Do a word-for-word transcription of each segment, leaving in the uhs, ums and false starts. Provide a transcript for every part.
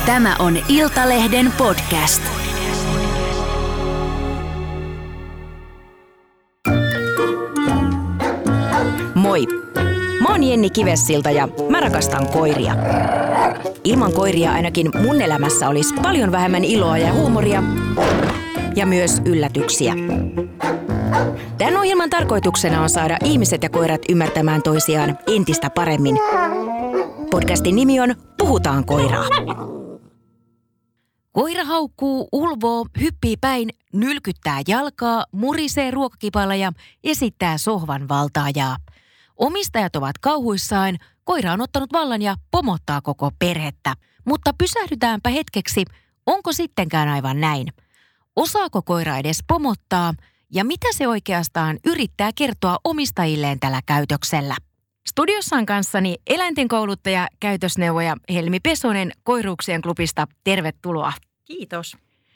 Tämä on Iltalehden podcast. Moi! Mä oon Jenni Kivessilta ja mä rakastan koiria. Ilman koiria ainakin mun elämässä olisi paljon vähemmän iloa ja huumoria ja myös yllätyksiä. Tämän ohjelman tarkoituksena on saada ihmiset ja koirat ymmärtämään toisiaan entistä paremmin. Podcastin nimi on Puhutaan koiraa. Koira haukkuu, ulvoo, hyppii päin, nylkyttää jalkaa, murisee ruokakipalla ja esittää sohvan valtaajaa. Omistajat ovat kauhuissaan, koira on ottanut vallan ja pomottaa koko perhettä. Mutta pysähdytäänpä hetkeksi, onko sittenkään aivan näin? Osaako koira edes pomottaa ja mitä se oikeastaan yrittää kertoa omistajilleen tällä käytöksellä? Studiossa on kanssani eläintenkouluttaja, käytösneuvoja Helmi Pesonen Koiruuksien klubista. Tervetuloa. Kiitos.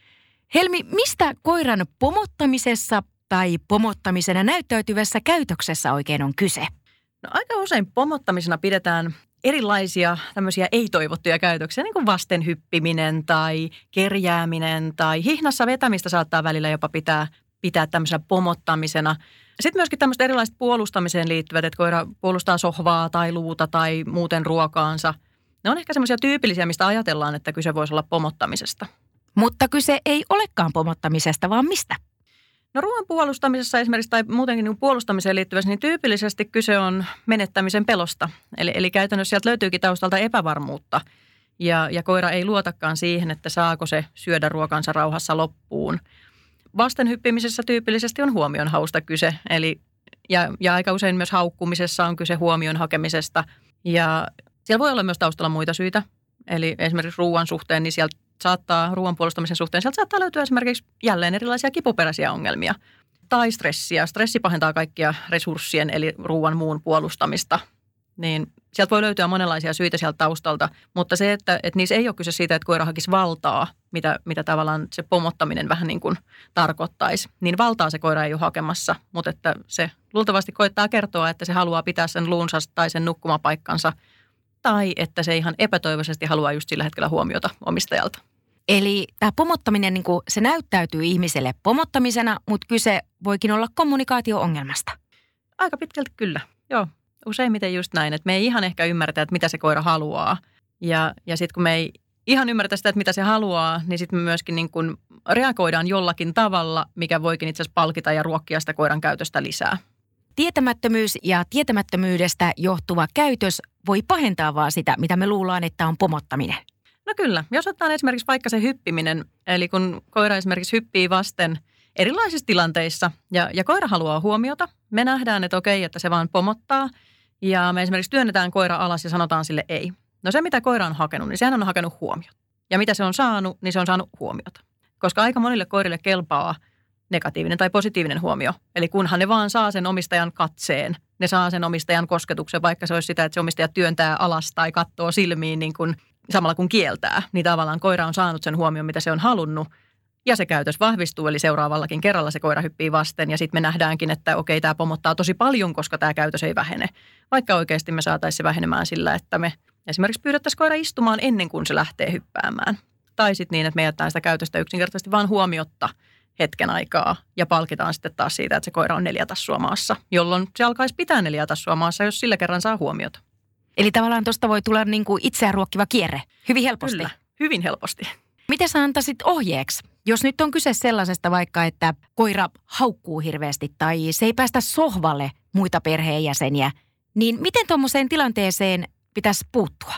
Helmi, mistä koiran pomottamisessa tai pomottamisena näyttäytyvässä käytöksessä oikein on kyse? No, aika usein pomottamisena pidetään erilaisia tämmöisiä ei-toivottuja käytöksiä, niin kuin vasten hyppiminen tai kerjääminen tai hihnassa vetämistä saattaa välillä jopa pitää, pitää tämmöisenä pomottamisena. Sitten myöskin tämmöiset erilaiset puolustamiseen liittyvät, että koira puolustaa sohvaa tai luuta tai muuten ruokaansa. Ne on ehkä semmoisia tyypillisiä, mistä ajatellaan, että kyse voisi olla pomottamisesta. Mutta kyse ei olekaan pomottamisesta, vaan mistä? No ruoan puolustamisessa esimerkiksi tai muutenkin niin puolustamiseen liittyvässä, niin tyypillisesti kyse on menettämisen pelosta. Eli, eli käytännössä sieltä löytyykin taustalta epävarmuutta ja, ja koira ei luotakaan siihen, että saako se syödä ruokansa rauhassa loppuun. Vasten hyppimisessä tyypillisesti on huomion hausta kyse, eli ja, ja aika usein myös haukkumisessa on kyse huomion hakemisesta. Ja siellä voi olla myös taustalla muita syitä, eli esimerkiksi ruoan suhteen, niin sieltä saattaa, ruoan puolustamisen suhteen, sieltä saattaa löytyä esimerkiksi jälleen erilaisia kipuperäisiä ongelmia. Tai stressiä. Stressi pahentaa kaikkia resurssien, eli ruoan muun puolustamista. Niin sieltä voi löytyä monenlaisia syitä sieltä taustalta, mutta se, että, että niissä ei ole kyse siitä, että koira hakisi valtaa, mitä, mitä tavallaan se pomottaminen vähän niin kuin tarkoittaisi. Niin valtaa se koira ei ole hakemassa, mutta että se luultavasti koittaa kertoa, että se haluaa pitää sen luunsa tai sen nukkumapaikkansa, tai että se ihan epätoivoisesti haluaa just sillä hetkellä huomiota omistajalta. Eli tämä pomottaminen, niin kuin se näyttäytyy ihmiselle pomottamisena, mutta kyse voikin olla kommunikaatio-ongelmasta. Aika pitkälti kyllä, joo. Useimmiten just näin, että me ei ihan ehkä ymmärretä, että mitä se koira haluaa. Ja, ja sitten kun me ei ihan ymmärretä sitä, että mitä se haluaa, niin sitten me myöskin niin kuin reagoidaan jollakin tavalla, mikä voikin itse asiassa palkita ja ruokkia sitä koiran käytöstä lisää. Tietämättömyys ja tietämättömyydestä johtuva käytös voi pahentaa vaan sitä, mitä me luullaan, että on pomottaminen. No kyllä. Jos otetaan esimerkiksi vaikka se hyppiminen, eli kun koira esimerkiksi hyppii vasten erilaisissa tilanteissa ja, ja koira haluaa huomiota, me nähdään, että okei, että se vaan pomottaa ja me esimerkiksi työnnetään koira alas ja sanotaan sille ei. No se, mitä koira on hakenut, niin sehän on hakenut huomiota. Ja mitä se on saanut, niin se on saanut huomiota. Koska aika monille koirille kelpaa negatiivinen tai positiivinen huomio. Eli kunhan ne vaan saa sen omistajan katseen, ne saa sen omistajan kosketuksen, vaikka se olisi sitä, että se omistaja työntää alas tai katsoo silmiin niin kuin samalla kun kieltää, niin tavallaan koira on saanut sen huomion, mitä se on halunnut. Ja se käytös vahvistuu, eli seuraavallakin kerralla se koira hyppii vasten. Ja sitten me nähdään,kin, että okei, tämä pomottaa tosi paljon, koska tämä käytös ei vähene. Vaikka oikeasti me saataisiin se vähenemään sillä, että me esimerkiksi pyydettäisiin koira istumaan ennen kuin se lähtee hyppäämään. Tai sitten niin, että me jätetään sitä käytöstä yksinkertaisesti vaan huomiotta hetken aikaa ja palkitaan sitten taas siitä, että se koira on neljä tassua maassa, jolloin se alkaisi pitää neljä tassua maassa, jos sillä kerran saa huomiota. Eli tavallaan tuosta voi tulla niin kuin itseään ruokkiva kierre hyvin helposti. Kyllä, hyvin helposti. Mitä sä antaisit ohjeeksi, jos nyt on kyse sellaisesta vaikka, että koira haukkuu hirveästi tai se ei päästä sohvalle muita perheenjäseniä, niin miten tuommoiseen tilanteeseen pitäisi puuttua?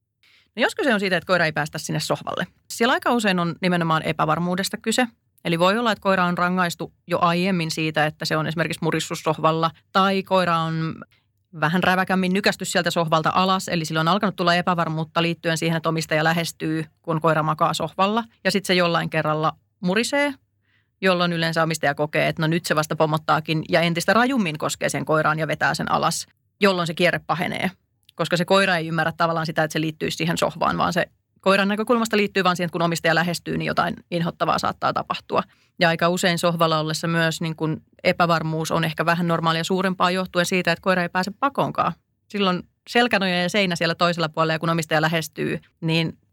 No jos kyse on siitä, että koira ei päästä sinne sohvalle. Siellä aika usein on nimenomaan epävarmuudesta kyse. Eli voi olla, että koira on rangaistu jo aiemmin siitä, että se on esimerkiksi murissut sohvalla tai koira on vähän räväkämmin nykästy sieltä sohvalta alas, eli sillä on alkanut tulla epävarmuutta liittyen siihen, että omistaja lähestyy, kun koira makaa sohvalla. Ja sitten se jollain kerralla murisee, jolloin yleensä omistaja kokee, että no nyt se vasta pomottaakin ja entistä rajummin koskee sen koiraan ja vetää sen alas, jolloin se kierre pahenee. Koska se koira ei ymmärrä tavallaan sitä, että se liittyy siihen sohvaan, vaan se koiran näkökulmasta liittyy vaan siihen, että kun omistaja lähestyy, niin jotain inhottavaa saattaa tapahtua. Ja aika usein sohvalla ollessa myös niin kuin epävarmuus on ehkä vähän normaalia suurempaa johtuen siitä, että koira ei pääse pakoonkaan. Silloin selkänoja ja seinä siellä toisella puolella ja kun omistaja lähestyy, niin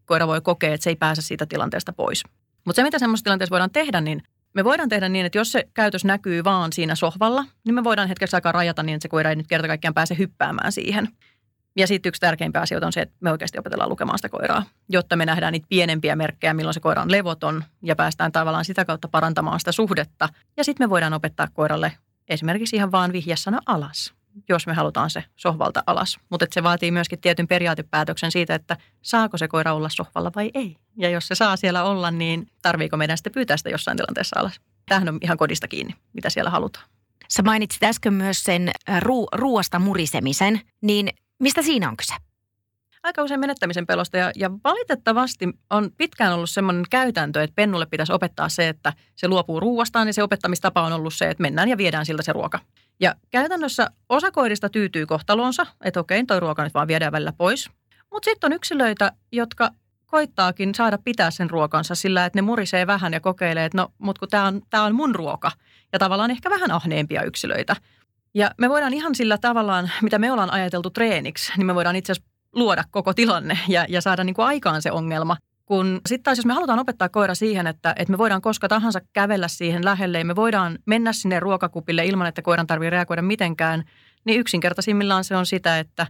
koira voi kokea, että se ei pääse siitä tilanteesta pois. Mutta se, mitä semmoisessa tilanteessa voidaan tehdä, niin me voidaan tehdä niin, että jos se käytös näkyy vaan siinä sohvalla, niin me voidaan hetkeksi aikaa rajata niin, että se koira ei nyt kerta kaikkiaan pääse hyppäämään siihen. Ja sitten yksi tärkeimpiä asioita on se, että me oikeasti opetellaan lukemaan sitä koiraa, jotta me nähdään niitä pienempiä merkkejä, milloin se koira on levoton ja päästään tavallaan sitä kautta parantamaan sitä suhdetta. Ja sitten me voidaan opettaa koiralle esimerkiksi ihan vaan vihjesana alas, jos me halutaan se sohvalta alas. Mutta se vaatii myöskin tietyn periaatepäätöksen siitä, että saako se koira olla sohvalla vai ei. Ja jos se saa siellä olla, niin tarviiko meidän sitten pyytää sitä jossain tilanteessa alas. Tämähän on ihan kodista kiinni, mitä siellä halutaan. Sä mainitsit äsken myös sen ruu- ruuasta murisemisen, niin mistä siinä on kyse? Aika usein menettämisen pelosta ja, ja valitettavasti on pitkään ollut semmoinen käytäntö, että pennulle pitäisi opettaa se, että se luopuu ruuastaan ja se opettamistapa on ollut se, että mennään ja viedään siltä se ruoka. Ja käytännössä osa koirista tyytyy kohtalonsa, että okei, toi ruoka nyt vaan viedään välillä pois. Mutta sitten on yksilöitä, jotka koittaakin saada pitää sen ruokansa sillä, että ne murisee vähän ja kokeilee, että no, mutta kun tämä on, tää on mun ruoka ja tavallaan ehkä vähän ahneempia yksilöitä. Ja me voidaan ihan sillä tavallaan, mitä me ollaan ajateltu treeniksi, niin me voidaan itse asiassa luoda koko tilanne ja, ja saada niin kuin aikaan se ongelma. Kun sitten taas, jos me halutaan opettaa koira siihen, että, että me voidaan koska tahansa kävellä siihen lähelle ja me voidaan mennä sinne ruokakupille ilman, että koiran tarvitsee reagoida mitenkään, niin yksinkertaisimmillaan se on sitä, että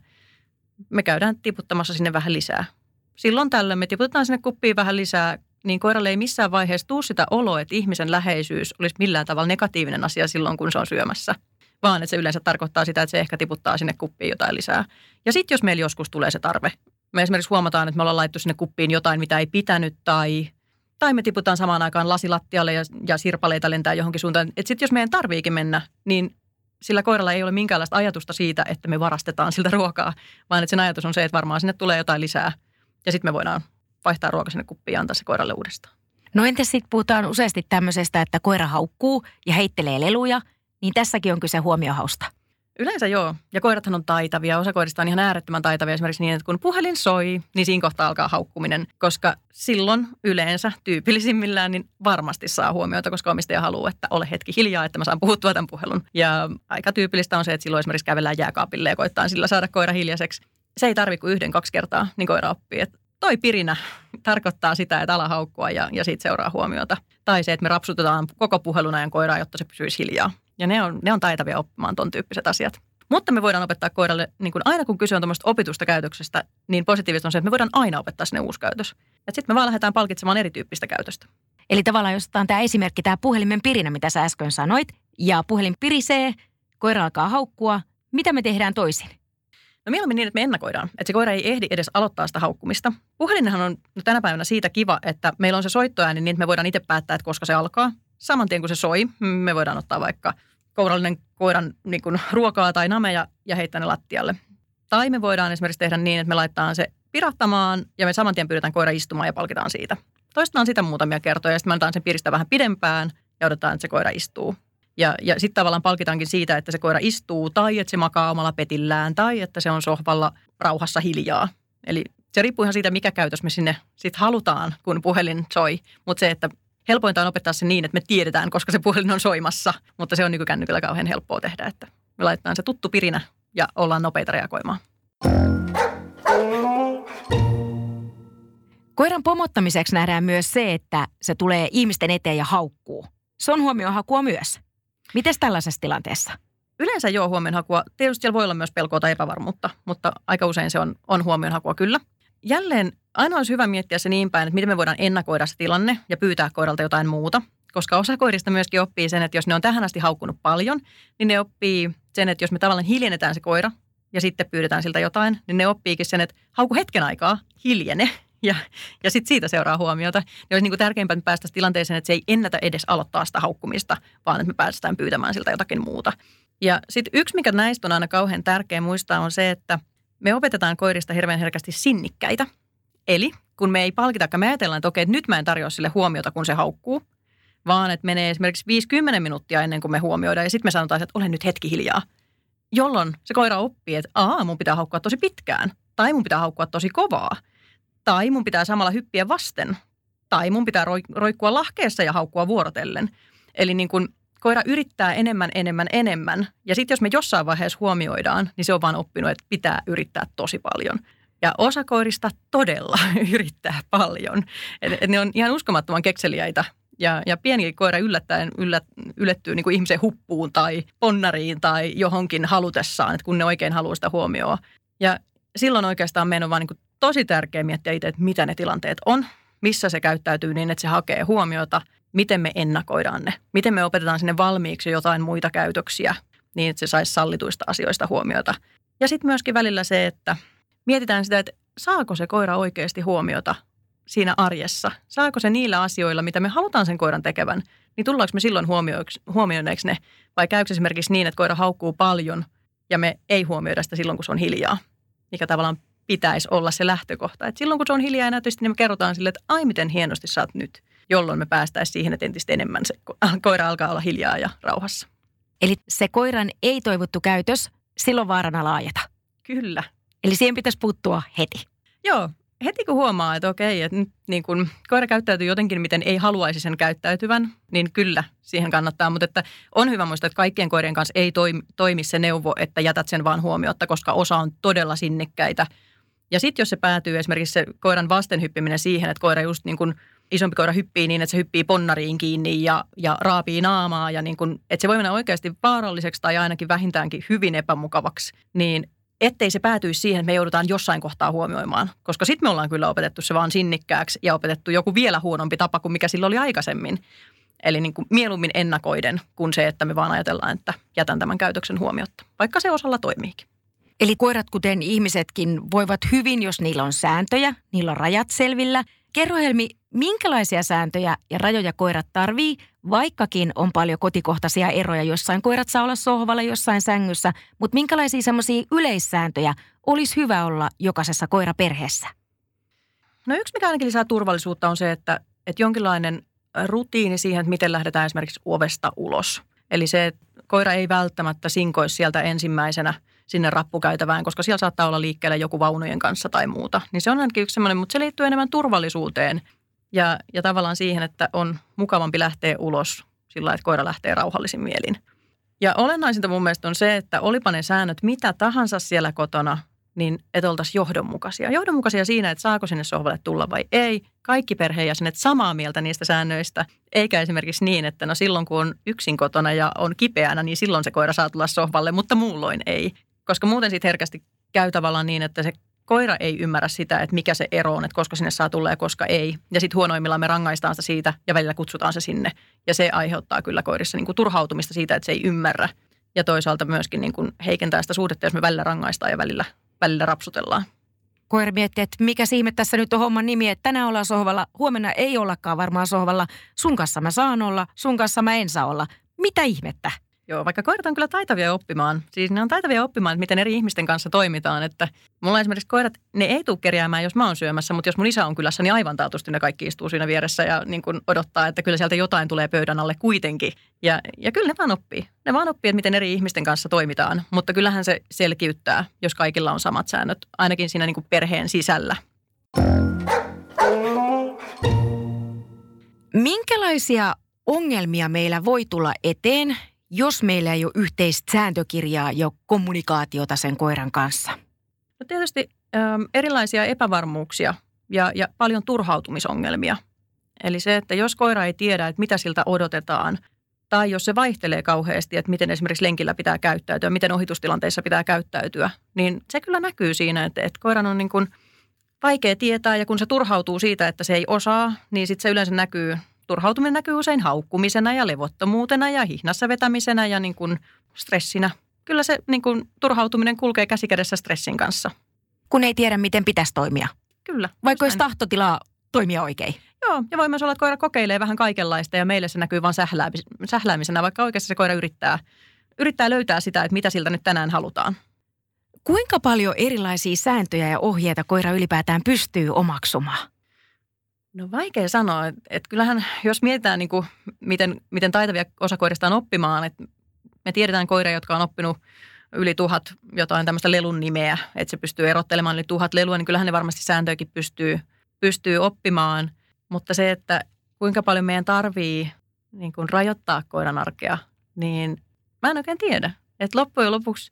me käydään tiputtamassa sinne vähän lisää. Silloin tällöin me tiputetaan sinne kuppiin vähän lisää, niin koiralle ei missään vaiheessa tule sitä oloa, että ihmisen läheisyys olisi millään tavalla negatiivinen asia silloin, kun se on syömässä. Vaan että se yleensä tarkoittaa sitä, että se ehkä tiputtaa sinne kuppiin jotain lisää. Ja sitten jos meillä joskus tulee se tarve, me esimerkiksi huomataan, että me ollaan laittu sinne kuppiin jotain, mitä ei pitänyt, tai, tai me tiputaan samaan aikaan lasilattialle ja, ja sirpaleita lentää johonkin suuntaan. Että sitten jos meidän tarviikin mennä, niin sillä koiralla ei ole minkäänlaista ajatusta siitä, että me varastetaan siltä ruokaa, vaan että sen ajatus on se, että varmaan sinne tulee jotain lisää. Ja sitten me voidaan vaihtaa ruoka sinne kuppiin ja antaa se koiralle uudestaan. No entäs sitten puhutaan useasti tämmöisestä, että koira haukkuu ja heittelee leluja, niin tässäkin on kyse huomiohausta. Yleensä joo. Ja koirathan on taitavia. Osa koirista on ihan äärettömän taitavia esimerkiksi niin, että kun puhelin soi, niin siinä kohtaa alkaa haukkuminen. Koska silloin yleensä tyypillisimmillään niin varmasti saa huomiota, koska omistaja haluaa, että ole hetki hiljaa, että mä saan puhuttua tämän puhelun. Ja aika tyypillistä on se, että silloin esimerkiksi kävellään jääkaapille ja koittaa sillä saada koira hiljaiseksi. Se ei tarvitse kuin yhden, kaksi kertaa, niin koira oppii, että toi pirinä tarkoittaa sitä, että ala haukkua ja, ja siitä seuraa huomiota. Tai se, että me rapsutetaan koko puhelun ajan koiraa, jotta se pysyisi hiljaa. Ja ne on, ne on taitavia oppimaan ton tyyppiset asiat. Mutta me voidaan opettaa koiralle, niin kun aina kun kyse on tuommoista opitusta käytöksestä, niin positiivista on se, että me voidaan aina opettaa sinne uusi käytös. Ja sitten me vaan lähdetään palkitsemaan erityyppistä käytöstä. Eli tavallaan jos otetaan tämä esimerkki, tämä puhelimen pirinä, mitä sä äsken sanoit, ja puhelin pirisee, koira alkaa haukkua, mitä me tehdään toisin? No mieluummin niin, että me ennakoidaan, että se koira ei ehdi edes aloittaa sitä haukkumista. Puhelinhan on tänä päivänä siitä kiva, että meillä on se soittoääni niin, että me voidaan itse päättää, että koska se alkaa. Saman tien kun se soi, me voidaan ottaa vaikka kourallinen koiran niin kuin ruokaa tai nameja ja heittää ne lattialle. Tai me voidaan esimerkiksi tehdä niin, että me laitetaan se pirahtamaan ja me saman tien pyydetään koira istumaan ja palkitaan siitä. Toistetaan sitä muutamia kertoja ja sitten me annetaan sen piristää vähän pidempään ja odotetaan, että se koira istuu. Ja, ja sitten tavallaan palkitaankin siitä, että se koira istuu tai että se makaa omalla petillään tai että se on sohvalla rauhassa hiljaa. Eli se riippuu ihan siitä, mikä käytös me sinne sitten halutaan, kun puhelin soi. Mutta se, että helpointa on opettaa se niin, että me tiedetään, koska se puhelin on soimassa. Mutta se on nykykännykällä kauhean helppoa tehdä, että me laitetaan se tuttu pirinä ja ollaan nopeita reagoimaan. Koiran pomottamiseksi nähdään myös se, että se tulee ihmisten eteen ja haukkuu. Se on huomionhakua myös. Mites tällaisessa tilanteessa? Yleensä joo huomionhakua. Tietysti siellä voi olla myös pelkoa tai epävarmuutta, mutta aika usein se on, on huomionhakua kyllä. Jälleen aina olisi hyvä miettiä se niin päin, että miten me voidaan ennakoida se tilanne ja pyytää koiralta jotain muuta. Koska osa koirista myöskin oppii sen, että jos ne on tähän asti haukkunut paljon, niin ne oppii sen, että jos me tavallaan hiljennetään se koira ja sitten pyydetään siltä jotain, niin ne oppiikin sen, että hauku hetken aikaa, hiljene. Ja, ja sitten siitä seuraa huomiota. Niin olisi niin kuin tärkeimpää, että me päästäisiin tilanteeseen, että se ei ennätä edes aloittaa sitä haukkumista, vaan että me päästään pyytämään siltä jotakin muuta. Ja sitten yksi, mikä näistä on aina kauhean tärkeä muistaa, on se, että me opetetaan koirista hirveän herkästi sinnikkäitä. Eli kun me ei palkitakaan, me ajatellaan, että okei, että nyt mä en tarjoa sille huomiota, kun se haukkuu, vaan että menee esimerkiksi viisikymmentä minuuttia ennen kuin me huomioidaan ja sitten me sanotaan, että ole nyt hetki hiljaa. Jolloin se koira oppii, että aa, mun pitää haukkua tosi pitkään tai mun pitää haukkua tosi kovaa. Tai mun pitää samalla hyppiä vasten. Tai mun pitää roikkua lahkeessa ja haukkua vuorotellen. Eli niin kun koira yrittää enemmän, enemmän, enemmän. Ja sitten jos me jossain vaiheessa huomioidaan, niin se on vaan oppinut, että pitää yrittää tosi paljon. Ja osa koirista todella yrittää paljon. Et, et ne on ihan uskomattoman kekseliäitä. Ja, ja pieni koira yllättäen yllät, yllättyy niin kuin ihmisen huppuun tai ponnariin tai johonkin halutessaan, että kun ne oikein haluaa sitä huomioon. Ja silloin oikeastaan meidän on vaan niin kuin tosi tärkeää miettiä itse, että mitä ne tilanteet on, missä se käyttäytyy niin, että se hakee huomiota, miten me ennakoidaan ne, miten me opetetaan sinne valmiiksi jotain muita käytöksiä niin, että se saisi sallituista asioista huomiota. Ja sitten myöskin välillä se, että mietitään sitä, että saako se koira oikeasti huomiota siinä arjessa. Saako se niillä asioilla, mitä me halutaan sen koiran tekevän, niin tullaanko me silloin huomioineeksi ne? Vai käykö esimerkiksi niin, että koira haukkuu paljon ja me ei huomioida sitä silloin, kun se on hiljaa, mikä tavallaan pitäisi olla se lähtökohta. Et silloin, kun se on hiljaa ja näytösti, niin me kerrotaan sille, että ai miten hienosti sä oot nyt, jolloin me päästäisiin siihen, että entistä enemmän se koira alkaa olla hiljaa ja rauhassa. Eli se koiran ei-toivottu käytös, silloin vaarana laajata. Kyllä. Eli siihen pitäisi puuttua heti. Joo. Heti kun huomaa, että okei, että nyt niin kun koira käyttäytyy jotenkin, miten ei haluaisi sen käyttäytyvän, niin kyllä siihen kannattaa. Mutta että on hyvä muistaa, että kaikkien koirien kanssa ei toimi, toimi se neuvo, että jätät sen vaan huomiotta, koska osa on todella sinnikkäitä. Ja sitten jos se päätyy esimerkiksi se koiran vastenhyppiminen siihen, että koira just niin kuin isompi koira hyppii niin, että se hyppii ponnariin kiinni ja, ja raapii naamaa ja niin kuin, että se voi mennä oikeasti vaaralliseksi tai ainakin vähintäänkin hyvin epämukavaksi, niin ettei se päätyisi siihen, että me joudutaan jossain kohtaa huomioimaan. Koska sitten me ollaan kyllä opetettu se vaan sinnikkääksi ja opetettu joku vielä huonompi tapa kuin mikä sillä oli aikaisemmin. Eli niin kuin mieluummin ennakoiden kuin se, että me vaan ajatellaan, että jätän tämän käytöksen huomiotta. Vaikka se osalla toimiikin. Eli koirat, kuten ihmisetkin, voivat hyvin, jos niillä on sääntöjä, niillä on rajat selvillä. Kerro Helmi, minkälaisia sääntöjä ja rajoja koirat tarvii, vaikkakin on paljon kotikohtaisia eroja. Jossain koirat saa olla sohvalla, jossain sängyssä, mutta minkälaisia semmoisia yleissääntöjä olisi hyvä olla jokaisessa koiraperheessä? No yksi, mikä ainakin lisää turvallisuutta on se, että, että jonkinlainen rutiini siihen, että miten lähdetään esimerkiksi ovesta ulos. Eli se, että koira ei välttämättä sinkoisi sieltä ensimmäisenä sinne rappukäytävään, koska siellä saattaa olla liikkeellä joku vaunujen kanssa tai muuta. Niin se on ainakin yksi semmoinen, mutta se liittyy enemmän turvallisuuteen ja, ja tavallaan siihen, että on mukavampi lähteä ulos sillä, että koira lähtee rauhallisin mielin. Ja olennaisinta mun mielestä on se, että olipa ne säännöt mitä tahansa siellä kotona, niin et oltaisiin johdonmukaisia. Johdonmukaisia siinä, että saako sinne sohvalle tulla vai ei. Kaikki perheenjäsenet samaa mieltä niistä säännöistä, eikä esimerkiksi niin, että no silloin kun on yksin kotona ja on kipeänä, niin silloin se koira saa tulla sohvalle, mutta muulloin ei. Koska muuten siitä herkästi käy tavallaan niin, että se koira ei ymmärrä sitä, että mikä se ero on, että koska sinne saa tulla ja koska ei. Ja sitten huonoimmillaan me rangaistaan sitä siitä ja välillä kutsutaan se sinne. Ja se aiheuttaa kyllä koirissa niin kuin turhautumista siitä, että se ei ymmärrä. Ja toisaalta myöskin niin kuin heikentää sitä suhdetta, jos me välillä rangaistaan ja välillä, välillä rapsutellaan. Koira miettii, että mikä ihme tässä nyt on homman nimi, että tänään ollaan sohvalla, huomenna ei ollakaan varmaan sohvalla. Sun kanssa mä saan olla, sun kanssa mä en saa olla. Mitä ihmettä? Joo, vaikka koirat on kyllä taitavia oppimaan. Siis ne on taitavia oppimaan, että miten eri ihmisten kanssa toimitaan. Että mulla esimerkiksi koirat, ne ei tule kerjäämään, jos mä oon syömässä, mutta jos mun isä on kylässä, niin aivan taatusti ne kaikki istuu siinä vieressä ja niin kuin odottaa, että kyllä sieltä jotain tulee pöydän alle kuitenkin. Ja, ja kyllä ne vaan oppii. Ne vaan oppii, että miten eri ihmisten kanssa toimitaan, mutta kyllähän se selkiyttää, jos kaikilla on samat säännöt, ainakin siinä niin kuin perheen sisällä. Minkälaisia ongelmia meillä voi tulla eteen, jos meillä ei ole yhteistä sääntökirjaa ja kommunikaatiota sen koiran kanssa? No tietysti ähm, erilaisia epävarmuuksia ja, ja paljon turhautumisongelmia. Eli se, että jos koira ei tiedä, että mitä siltä odotetaan, tai jos se vaihtelee kauheasti, että miten esimerkiksi lenkillä pitää käyttäytyä, miten ohitustilanteissa pitää käyttäytyä, niin se kyllä näkyy siinä, että, että koiran on niin kuin vaikea tietää, ja kun se turhautuu siitä, että se ei osaa, niin sitten se yleensä näkyy. Turhautuminen näkyy usein haukkumisena ja levottomuutena ja hihnassa vetämisenä ja niin kuin stressinä. Kyllä se niin kuin turhautuminen kulkee käsikädessä stressin kanssa. Kun ei tiedä, miten pitäisi toimia. Kyllä. Vaikka olisi tahtotilaa toimia oikein. Joo, ja voi myös olla, että koira kokeilee vähän kaikenlaista ja meille se näkyy vain sähläämisenä, vaikka oikeasti se koira yrittää, yrittää löytää sitä, että mitä siltä nyt tänään halutaan. Kuinka paljon erilaisia sääntöjä ja ohjeita koira ylipäätään pystyy omaksumaan? No vaikea sanoa, että, että kyllähän jos mietitään niin kuin, miten, miten taitavia osa koirista on oppimaan, että me tiedetään koiria, jotka on oppinut yli tuhat jotain tämmöistä lelun nimeä, että se pystyy erottelemaan yli tuhat lelua, niin kyllähän ne varmasti sääntöjäkin pystyy, pystyy oppimaan. Mutta se, että kuinka paljon meidän tarvii niin kuin rajoittaa koiran arkea, niin mä en oikein tiedä. Että loppujen lopuksi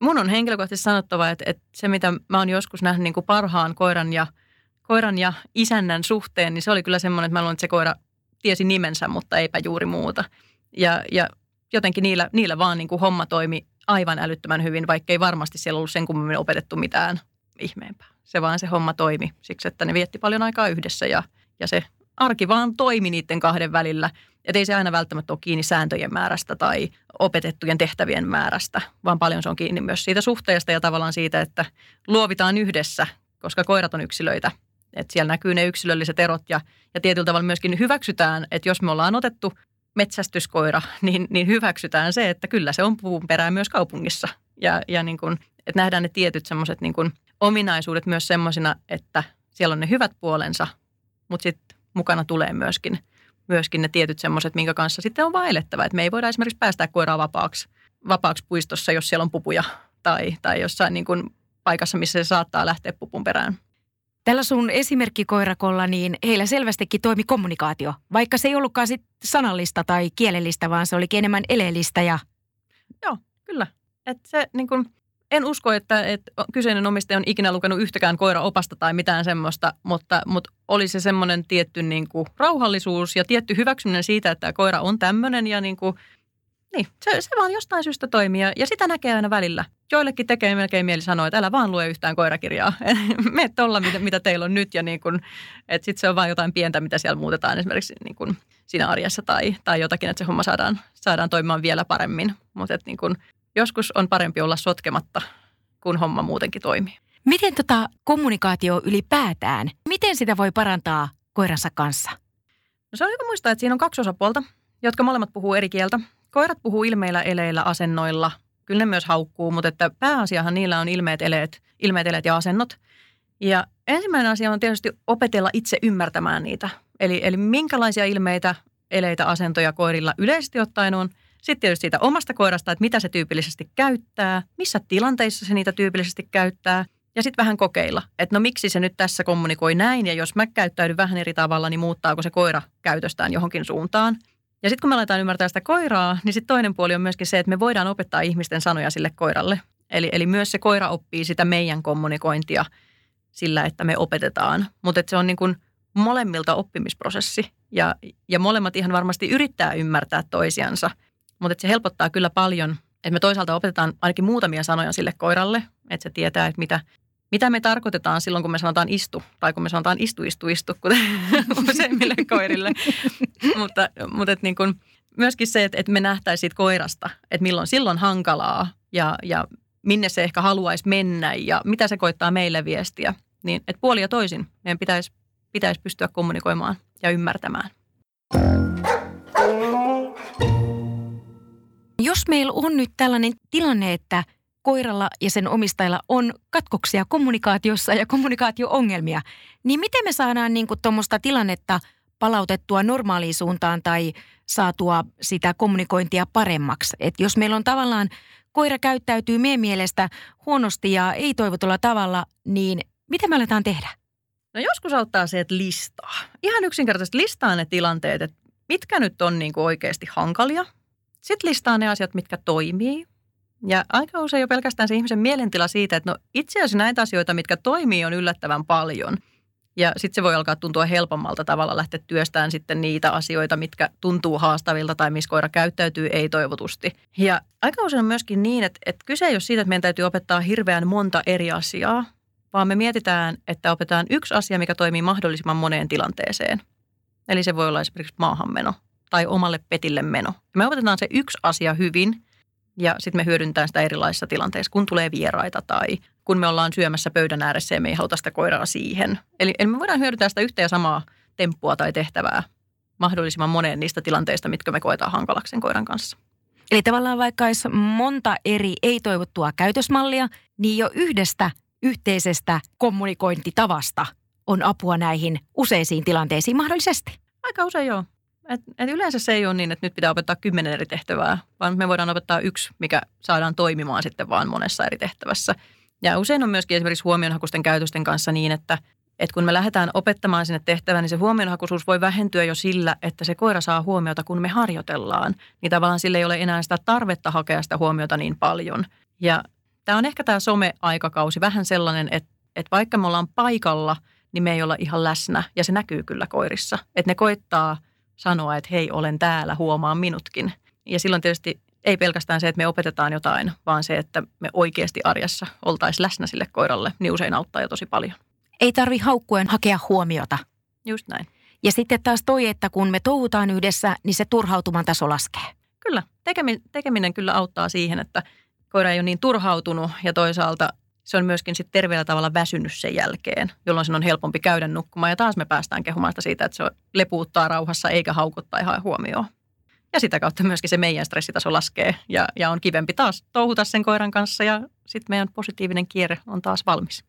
mun on henkilökohtaisesti sanottava, että, että se mitä mä oon joskus nähnyt niin kuin parhaan koiran ja, koiran ja isännän suhteen, niin se oli kyllä semmoinen, että mä luulen, että se koira tiesi nimensä, mutta eipä juuri muuta. Ja, ja jotenkin niillä, niillä vaan niin kuin homma toimi aivan älyttömän hyvin, vaikka ei varmasti siellä ollut sen kummemmin opetettu mitään ihmeempää. Se vaan se homma toimi siksi, että ne vietti paljon aikaa yhdessä ja, ja se arki vaan toimi niiden kahden välillä. Että ei se aina välttämättä ole kiinni sääntöjen määrästä tai opetettujen tehtävien määrästä, vaan paljon se on kiinni myös siitä suhteesta ja tavallaan siitä, että luovitaan yhdessä, koska koirat on yksilöitä. Että siellä näkyy ne yksilölliset erot ja, ja tietyllä tavalla myöskin hyväksytään, että jos me ollaan otettu metsästyskoira, niin, niin hyväksytään se, että kyllä se on puun perään myös kaupungissa. Ja, ja niin kuin, että nähdään ne tietyt semmoiset niin kuin ominaisuudet myös semmoisina, että siellä on ne hyvät puolensa, mutta sitten mukana tulee myöskin, myöskin ne tietyt semmoiset, minkä kanssa sitten on vaan elettävä. Että me ei voida esimerkiksi päästää koiraa vapaaksi, vapaaksi puistossa, jos siellä on pupuja tai, tai jossain niin kuin paikassa, missä se saattaa lähteä pupun perään. Tällä sun esimerkkikoirakolla, niin heillä selvästikin toimi kommunikaatio, vaikka se ei ollutkaan sit sanallista tai kielellistä, vaan se olikin enemmän eleellistä. Ja... Joo, kyllä. Et se, niin kun, en usko, että, että kyseinen omistaja on ikinä lukenut yhtäkään koiraopasta tai mitään semmoista, mutta, mutta oli se semmoinen tietty niin kuin rauhallisuus ja tietty hyväksyminen siitä, että tämä koira on tämmöinen ja niin kuin, niin, se, se vaan jostain syystä toimii ja sitä näkee aina välillä. Joillekin tekee melkein mieli sanoa, että älä vaan lue yhtään koirakirjaa. Mene tuolla, mitä, mitä teillä on nyt ja niin kuin, että sitten se on vaan jotain pientä, mitä siellä muutetaan esimerkiksi niin kuin siinä arjessa tai, tai jotakin, että se homma saadaan, saadaan toimimaan vielä paremmin. Mutta niin kuin, joskus on parempi olla sotkematta, kun homma muutenkin toimii. Miten tota kommunikaatio ylipäätään, miten sitä voi parantaa koiransa kanssa? No se on hyvä muistaa, että siinä on kaksi osapuolta, jotka molemmat puhuu eri kieltä. Koirat puhuu ilmeillä, eleillä, asennoilla. Kyllä ne myös haukkuu, mutta että pääasiahan niillä on ilmeet, eleet, ilmeet, eleet ja asennot. Ja ensimmäinen asia on tietysti opetella itse ymmärtämään niitä. Eli, eli minkälaisia ilmeitä, eleitä, asentoja koirilla yleisesti ottaen on. Sitten tietysti siitä omasta koirasta, että mitä se tyypillisesti käyttää, missä tilanteissa se niitä tyypillisesti käyttää. Ja sitten vähän kokeilla, että no miksi se nyt tässä kommunikoi näin ja jos mä käyttäydyn vähän eri tavalla, niin muuttaako se koira käytöstään johonkin suuntaan. Ja sitten kun me aletaan ymmärtää sitä koiraa, niin sitten toinen puoli on myöskin se, että me voidaan opettaa ihmisten sanoja sille koiralle. Eli, eli myös se koira oppii sitä meidän kommunikointia sillä, että me opetetaan. Mutta se on niin kuin molemmilta oppimisprosessi ja, ja molemmat ihan varmasti yrittää ymmärtää toisiansa. Mutta se helpottaa kyllä paljon, että me toisaalta opetetaan ainakin muutamia sanoja sille koiralle, että se tietää, että mitä, mitä me tarkoitetaan silloin, kun me sanotaan istu tai kun me sanotaan istu, istu, istu, kuten useimmille koirille. mutta mutta että niin kuin myöskin se, että, että me nähtäisiin siitä koirasta, että milloin silloin hankalaa ja, ja minne se ehkä haluaisi mennä ja mitä se koittaa meille viestiä. Niin että puoli ja toisin meidän pitäisi, pitäisi pystyä kommunikoimaan ja ymmärtämään. Jos meillä on nyt tällainen tilanne, että koiralla ja sen omistajalla on katkoksia kommunikaatiossa ja kommunikaatio-ongelmia, niin miten me saadaan niin kuin tuommoista tilannetta palautettua normaaliin suuntaan tai saatua sitä kommunikointia paremmaksi? Että jos meillä on tavallaan koira käyttäytyy meidän mielestä huonosti ja ei toivotulla tavalla, niin mitä me aletaan tehdä? No joskus auttaa se, että listaa. Ihan yksinkertaisesti listaa ne tilanteet, että mitkä nyt on niin kuin oikeasti hankalia. Sitten listaa ne asiat, mitkä toimii. Ja aika usein jo pelkästään se ihmisen mielentila siitä, että no itse asiassa näitä asioita, mitkä toimii, on yllättävän paljon. Ja sitten se voi alkaa tuntua helpommalta tavalla lähteä työstämään sitten niitä asioita, mitkä tuntuu haastavilta tai missä koira käyttäytyy ei-toivotusti. Ja aika usein on myöskin niin, että, että kyse ei ole siitä, että meidän täytyy opettaa hirveän monta eri asiaa, vaan me mietitään, että opetetaan yksi asia, mikä toimii mahdollisimman moneen tilanteeseen. Eli se voi olla esimerkiksi maahanmeno tai omalle petille meno. Me opetetaan se yksi asia hyvin ja sitten me hyödyntää sitä erilaisissa tilanteissa, kun tulee vieraita tai kun me ollaan syömässä pöydän ääressä ja me ei haluta sitä koiraa siihen. Eli, eli me voidaan hyödyntää sitä yhtä ja samaa temppua tai tehtävää mahdollisimman moneen niistä tilanteista, mitkä me koetaan hankalaksi sen koiran kanssa. Eli tavallaan vaikka olisi monta eri ei-toivottua käytösmallia, niin jo yhdestä yhteisestä kommunikointitavasta on apua näihin useisiin tilanteisiin mahdollisesti. Aika usein joo. Et, et yleensä se ei ole niin, että nyt pitää opettaa kymmenen eri tehtävää, vaan me voidaan opettaa yksi, mikä saadaan toimimaan sitten vaan monessa eri tehtävässä. Ja usein on myöskin esimerkiksi huomionhakuisten käytösten kanssa niin, että, että kun me lähdetään opettamaan sinne tehtävään, niin se huomionhakuisuus voi vähentyä jo sillä, että se koira saa huomiota, kun me harjoitellaan. Niin tavallaan sillä ei ole enää sitä tarvetta hakea sitä huomiota niin paljon. Ja Tämä on ehkä tämä some-aikakausi vähän sellainen, että, että vaikka me ollaan paikalla, niin me ei olla ihan läsnä. Ja se näkyy kyllä koirissa. Että ne koittaa sanoa, että hei, olen täällä, huomaa minutkin. Ja silloin tietysti ei pelkästään se, että me opetetaan jotain, vaan se, että me oikeasti arjessa oltaisiin läsnä sille koiralle, niin usein auttaa jo tosi paljon. Ei tarvi haukkuen hakea huomiota. Just näin. Ja sitten taas toi, että kun me touhutaan yhdessä, niin se turhautuman taso laskee. Kyllä. Tekeminen, tekeminen kyllä auttaa siihen, että koira ei ole niin turhautunut ja toisaalta se on myöskin sitten terveellä tavalla väsynyt sen jälkeen, jolloin sen on helpompi käydä nukkumaan. Ja taas me päästään kehumaan sitä siitä, että se lepuuttaa rauhassa eikä haukuttaa ihan huomioon. Ja sitä kautta myöskin se meidän stressitaso laskee ja, ja on kivempi taas touhuta sen koiran kanssa ja sitten meidän positiivinen kierre on taas valmis.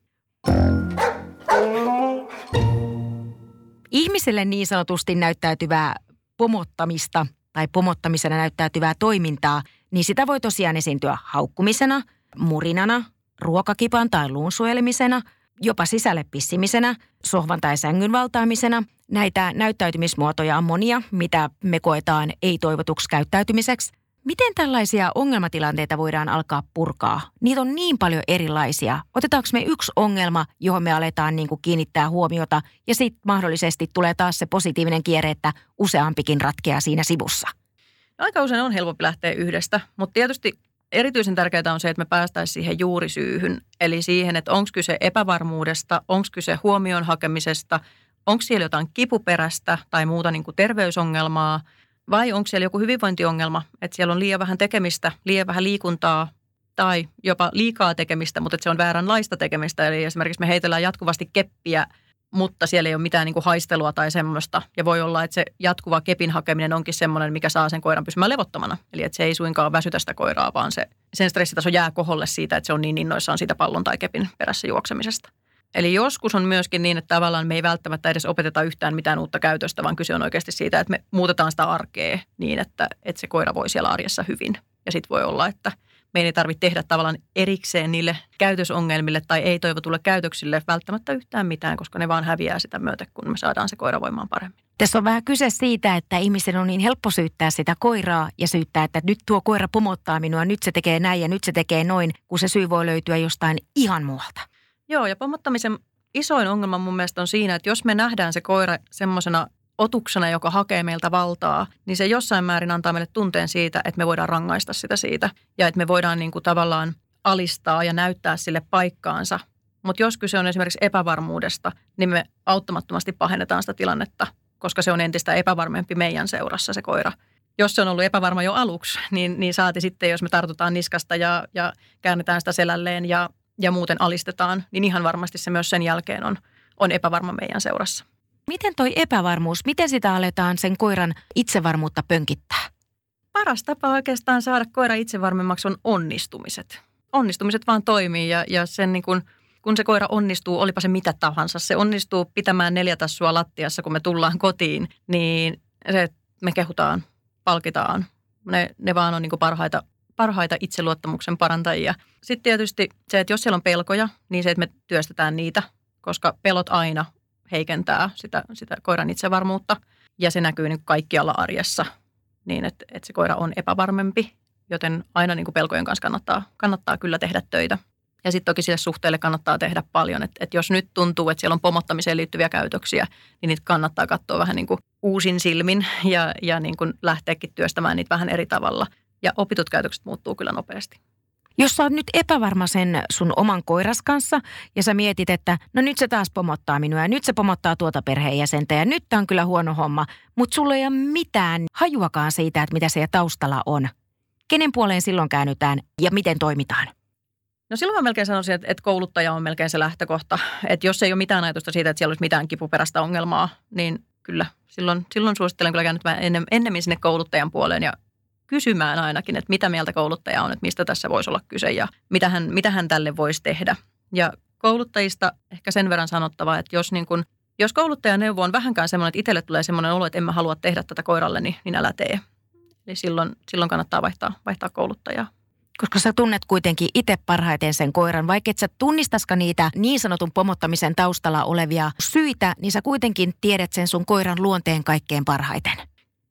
Ihmiselle niin sanotusti näyttäytyvää pomottamista tai pomottamisena näyttäytyvää toimintaa, niin sitä voi tosiaan esiintyä haukkumisena, murinana, ruokakipan tai luun suojelemisena, jopa sisälle pissimisenä, sohvan tai sängyn valtaamisena. Näitä näyttäytymismuotoja on monia, mitä me koetaan ei-toivotuksi käyttäytymiseksi. Miten tällaisia ongelmatilanteita voidaan alkaa purkaa? Niitä on niin paljon erilaisia. Otetaanko me yksi ongelma, johon me aletaan niin kuin kiinnittää huomiota ja sitten mahdollisesti tulee taas se positiivinen kierre, että useampikin ratkeaa siinä sivussa? No, aika usein on helpompi lähteä yhdestä, mutta tietysti erityisen tärkeää on se, että me päästäisiin siihen juurisyyhyn. Eli siihen, että onko kyse epävarmuudesta, onko kyse huomion hakemisesta, onko siellä jotain kipuperäistä tai muuta niin kuin terveysongelmaa, vai onko siellä joku hyvinvointiongelma, että siellä on liian vähän tekemistä, liian vähän liikuntaa tai jopa liikaa tekemistä, mutta että se on vääränlaista tekemistä. Eli esimerkiksi me heitellään jatkuvasti keppiä, mutta siellä ei ole mitään niin kuin haistelua tai semmoista. Ja voi olla, että se jatkuva kepin hakeminen onkin semmoinen, mikä saa sen koiran pysymään levottomana. Eli että se ei suinkaan väsytä sitä koiraa, vaan se, sen stressitaso jää koholle siitä, että se on niin innoissaan siitä pallon tai kepin perässä juoksemisesta. Eli joskus on myöskin niin, että tavallaan me ei välttämättä edes opeteta yhtään mitään uutta käytöstä, vaan kyse on oikeasti siitä, että me muutetaan sitä arkea niin, että, että se koira voi siellä arjessa hyvin. Ja sitten voi olla, että meidän ei tarvitse tehdä tavallaan erikseen niille käytösongelmille tai ei-toivotulle käytöksille välttämättä yhtään mitään, koska ne vaan häviää sitä myötä, kun me saadaan se koira voimaan paremmin. Tässä on vähän kyse siitä, että ihmisen on niin helppo syyttää sitä koiraa ja syyttää, että nyt tuo koira pomottaa minua, nyt se tekee näin ja nyt se tekee noin, kun se syy voi löytyä jostain ihan muualta. Joo, ja pomottamisen isoin ongelma mun mielestä on siinä, että jos me nähdään se koira semmoisena otuksena, joka hakee meiltä valtaa, niin se jossain määrin antaa meille tunteen siitä, että me voidaan rangaista sitä siitä ja että me voidaan niin kuin tavallaan alistaa ja näyttää sille paikkaansa. Mutta jos kyse on esimerkiksi epävarmuudesta, niin me auttamattomasti pahennetaan sitä tilannetta, koska se on entistä epävarmempi meidän seurassa se koira. Jos se on ollut epävarma jo aluksi, niin, niin saati sitten, jos me tartutaan niskasta ja, ja käännetään sitä selälleen ja, ja muuten alistetaan, niin ihan varmasti se myös sen jälkeen on, on epävarma meidän seurassa. Miten toi epävarmuus, miten sitä aletaan sen koiran itsevarmuutta pönkittää? Paras tapa oikeastaan saada koira itsevarmemmaksi on onnistumiset. Onnistumiset vaan toimii ja, ja sen niin kun, kun se koira onnistuu, olipa se mitä tahansa, se onnistuu pitämään neljä tassua lattiassa, kun me tullaan kotiin, niin se, me kehutaan, palkitaan. Ne, ne vaan on niin kuin parhaita, parhaita itseluottamuksen parantajia. Sitten tietysti se, että jos siellä on pelkoja, niin se, että me työstetään niitä, koska pelot aina heikentää sitä, sitä koiran itsevarmuutta ja se näkyy niin kuin kaikkialla arjessa niin, että, että se koira on epävarmempi, joten aina niin kuin pelkojen kanssa kannattaa, kannattaa kyllä tehdä töitä. Ja sitten toki sille suhteelle kannattaa tehdä paljon, että, että jos nyt tuntuu, että siellä on pomottamiseen liittyviä käytöksiä, niin niitä kannattaa katsoa vähän niin kuin uusin silmin ja, ja niin kuin lähteäkin työstämään niitä vähän eri tavalla. Ja opitut käytökset muuttuu kyllä nopeasti. Jos sä oot nyt epävarma sen sun oman koiras kanssa ja sä mietit, että no nyt se taas pomottaa minua ja nyt se pomottaa tuota perheenjäsentä ja nyt tää on kyllä huono homma, mutta sulla ei ole mitään hajuakaan siitä, että mitä siellä taustalla on. Kenen puoleen silloin käännytään ja miten toimitaan? No silloin mä melkein sanoisin, että kouluttaja on melkein se lähtökohta. Että jos ei ole mitään ajatusta siitä, että siellä olisi mitään kipuperäistä ongelmaa, niin kyllä silloin, silloin suosittelen kyllä käännyttämään ennemmin sinne kouluttajan puoleen ja kysymään ainakin, että mitä mieltä kouluttaja on, että mistä tässä voisi olla kyse ja mitä hän, mitä hän tälle voisi tehdä. Ja kouluttajista ehkä sen verran sanottava, että jos, niin kun, jos kouluttajan neuvo on vähänkään semmoinen, että itselle tulee semmoinen olo, että en mä halua tehdä tätä koiralleni, niin älä tee. Eli silloin, silloin kannattaa vaihtaa, vaihtaa kouluttajaa. Koska sä tunnet kuitenkin itse parhaiten sen koiran, vaikka et sä tunnistaskaan niitä niin sanotun pomottamisen taustalla olevia syitä, niin sä kuitenkin tiedät sen sun koiran luonteen kaikkein parhaiten.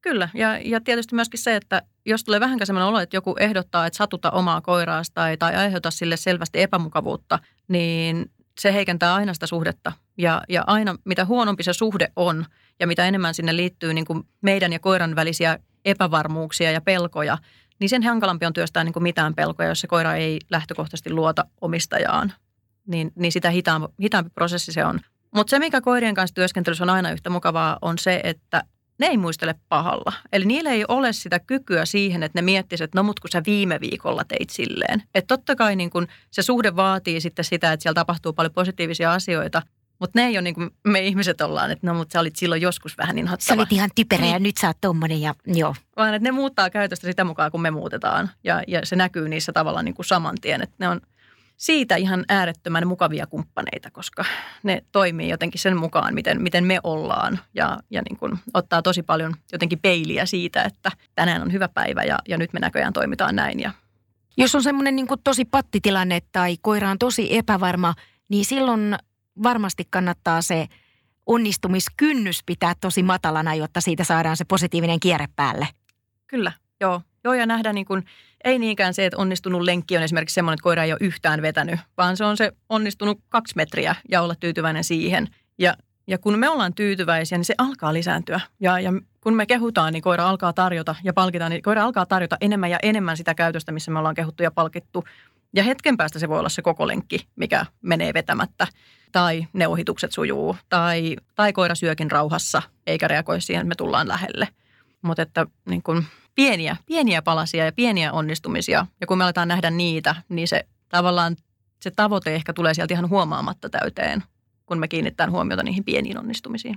Kyllä, ja, ja tietysti myöskin se, että jos tulee vähänkään sellainen olo, että joku ehdottaa, että satuta omaa koiraasta tai, tai aiheuta sille selvästi epämukavuutta, niin se heikentää aina sitä suhdetta. Ja, ja aina mitä huonompi se suhde on ja mitä enemmän sinne liittyy niin kuin meidän ja koiran välisiä epävarmuuksia ja pelkoja, niin sen hankalampi on työstää niin kuin mitään pelkoja, jos se koira ei lähtökohtaisesti luota omistajaan. Niin, niin sitä hitaampi, hitaampi prosessi se on. Mutta se, mikä koirien kanssa työskentelyssä on aina yhtä mukavaa, on se, että ne ei muistele pahalla. Eli niillä ei ole sitä kykyä siihen, että ne miettisivät, että no mut kun sä viime viikolla teit silleen. Että totta kai niin kun se suhde vaatii sitten sitä, että siellä tapahtuu paljon positiivisia asioita, mutta ne ei ole niin kuin me ihmiset ollaan, että no mutta sä olit silloin joskus vähän inhottava. Sä olit ihan typerä ja nyt sä oot tommonen ja joo. Vaan että ne muuttaa käytöstä sitä mukaan, kun me muutetaan ja, ja se näkyy niissä tavallaan niin kuin saman tien, että ne on siitä ihan äärettömän mukavia kumppaneita, koska ne toimii jotenkin sen mukaan, miten, miten me ollaan ja, ja niin kuin ottaa tosi paljon jotenkin peiliä siitä, että tänään on hyvä päivä ja, ja nyt me näköjään toimitaan näin. Ja. Jos on semmoinen niin kuin tosi pattitilanne tai koira on tosi epävarma, niin silloin varmasti kannattaa se onnistumiskynnys pitää tosi matalana, jotta siitä saadaan se positiivinen kierre päälle. Kyllä, joo. Joo, ja nähdään niin kuin, ei niinkään se, että onnistunut lenkki on esimerkiksi semmoinen, että koira ei ole yhtään vetänyt, vaan se on se onnistunut kaksi metriä ja olla tyytyväinen siihen. Ja, ja kun me ollaan tyytyväisiä, niin se alkaa lisääntyä. Ja, ja kun me kehutaan, niin koira alkaa tarjota ja palkitaan, niin koira alkaa tarjota enemmän ja enemmän sitä käytöstä, missä me ollaan kehuttu ja palkittu. Ja hetken päästä se voi olla se koko lenkki, mikä menee vetämättä. Tai ne ohitukset sujuu. Tai, tai koira syökin rauhassa, eikä reagoi siihen, että me tullaan lähelle. Mutta että niin kun pieniä, pieniä palasia ja pieniä onnistumisia. Ja kun me aletaan nähdä niitä, niin se tavallaan se tavoite ehkä tulee sieltä ihan huomaamatta täyteen, kun me kiinnitetään huomiota niihin pieniin onnistumisiin.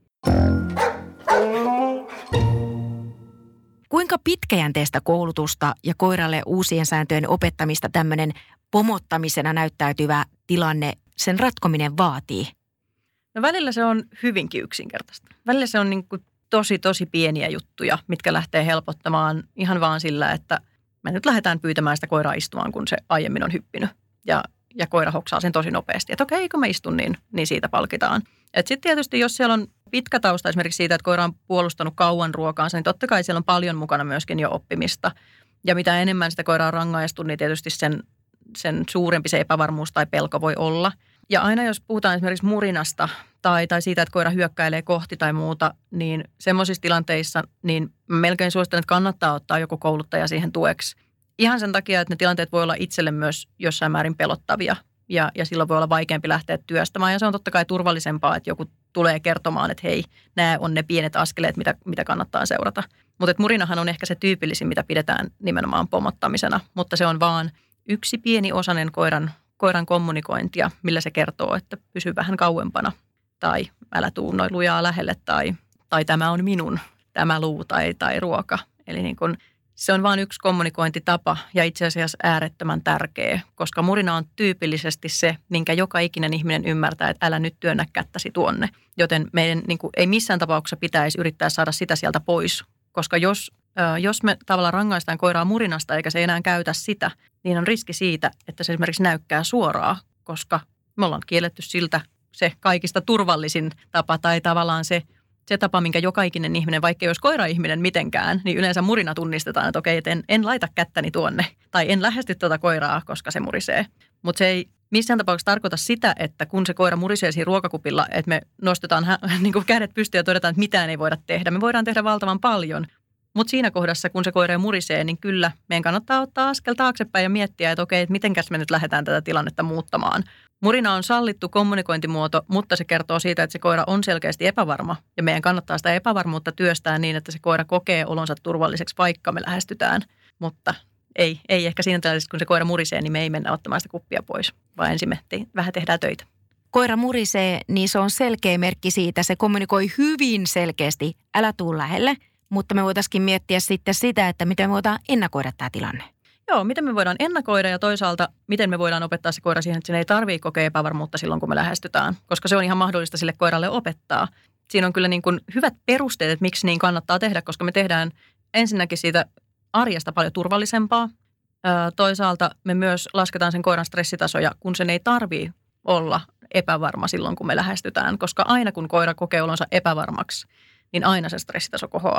Kuinka pitkäjänteistä koulutusta ja koiralle uusien sääntöjen opettamista tämmöinen pomottamisena näyttäytyvä tilanne, sen ratkominen vaatii? No välillä se on hyvinkin yksinkertaista. Välillä se on niin kuin tosi, tosi pieniä juttuja, mitkä lähtee helpottamaan ihan vaan sillä, että me nyt lähdetään pyytämään sitä koiraa istumaan, kun se aiemmin on hyppinyt. Ja, ja koira hoksaa sen tosi nopeasti, että okei, kun mä istun, niin, niin siitä palkitaan. Sitten tietysti, jos siellä on pitkä tausta esimerkiksi siitä, että koira on puolustanut kauan ruokaansa, niin totta kai siellä on paljon mukana myöskin jo oppimista. Ja mitä enemmän sitä koiraa on rangaistu, niin tietysti sen, sen suurempi se epävarmuus tai pelko voi olla. Ja aina jos puhutaan esimerkiksi murinasta tai, tai siitä, että koira hyökkäilee kohti tai muuta, niin semmoisissa tilanteissa niin melkein suosittelen, että kannattaa ottaa joku kouluttaja siihen tueksi. Ihan sen takia, että ne tilanteet voi olla itselle myös jossain määrin pelottavia ja, ja silloin voi olla vaikeampi lähteä työstämään. Ja se on totta kai turvallisempaa, että joku tulee kertomaan, että hei, nämä on ne pienet askeleet, mitä, mitä kannattaa seurata. Mutta murinahan on ehkä se tyypillisin, mitä pidetään nimenomaan pomottamisena, mutta se on vaan yksi pieni osainen koiran koiran kommunikointia, millä se kertoo, että pysy vähän kauempana tai älä tuu noin lujaa lähelle tai, tai tämä on minun, tämä luu tai, tai ruoka. Eli niin kun, se on vain yksi kommunikointitapa ja itse asiassa äärettömän tärkeä, koska murina on tyypillisesti se, minkä joka ikinen ihminen ymmärtää, että älä nyt työnnä kättäsi tuonne. Joten meidän niin kun, ei missään tapauksessa pitäisi yrittää saada sitä sieltä pois, koska jos, äh, jos me tavallaan rangaistaan koiraa murinasta eikä se enää käytä sitä, niin on riski siitä, että se esimerkiksi näykkää suoraan, koska me ollaan kielletty siltä se kaikista turvallisin tapa tai tavallaan se, se tapa, minkä joka ikinen ihminen, vaikka ei olisi koira-ihminen mitenkään, niin yleensä murina tunnistetaan, että okei, että en, en laita kättäni tuonne tai en lähesty tuota koiraa, koska se murisee. Mutta se ei missään tapauksessa tarkoita sitä, että kun se koira murisee siinä ruokakupilla, että me nostetaan hä- niin kuin kädet pystyyn ja todetaan, että mitään ei voida tehdä. Me voidaan tehdä valtavan paljon. Mutta siinä kohdassa, kun se koira murisee, niin kyllä meidän kannattaa ottaa askel taaksepäin ja miettiä, että okei, että mitenkäs me nyt lähdetään tätä tilannetta muuttamaan. Murina on sallittu kommunikointimuoto, mutta se kertoo siitä, että se koira on selkeästi epävarma. Ja meidän kannattaa sitä epävarmuutta työstää niin, että se koira kokee olonsa turvalliseksi, vaikka me lähestytään. Mutta ei, ei ehkä siinä tällaisessa, kun se koira murisee, niin me ei mennä ottamaan sitä kuppia pois, vaan ensin me te- vähän tehdään töitä. Koira murisee, niin se on selkeä merkki siitä. Se kommunikoi hyvin selkeästi, älä tuu lähelle. Mutta me voitaisiin miettiä sitten sitä, että miten me voidaan ennakoida tämä tilanne. Joo, miten me voidaan ennakoida ja toisaalta miten me voidaan opettaa se koira siihen, että sen ei tarvitse kokea epävarmuutta silloin, kun me lähestytään. Koska se on ihan mahdollista sille koiralle opettaa. Siinä on kyllä niin kuin hyvät perusteet, että miksi niin kannattaa tehdä, koska me tehdään ensinnäkin siitä arjesta paljon turvallisempaa. Toisaalta me myös lasketaan sen koiran stressitasoja, kun sen ei tarvitse olla epävarma silloin, kun me lähestytään. Koska aina kun koira kokee olonsa epävarmaksi, niin aina se stressitaso kohoaa.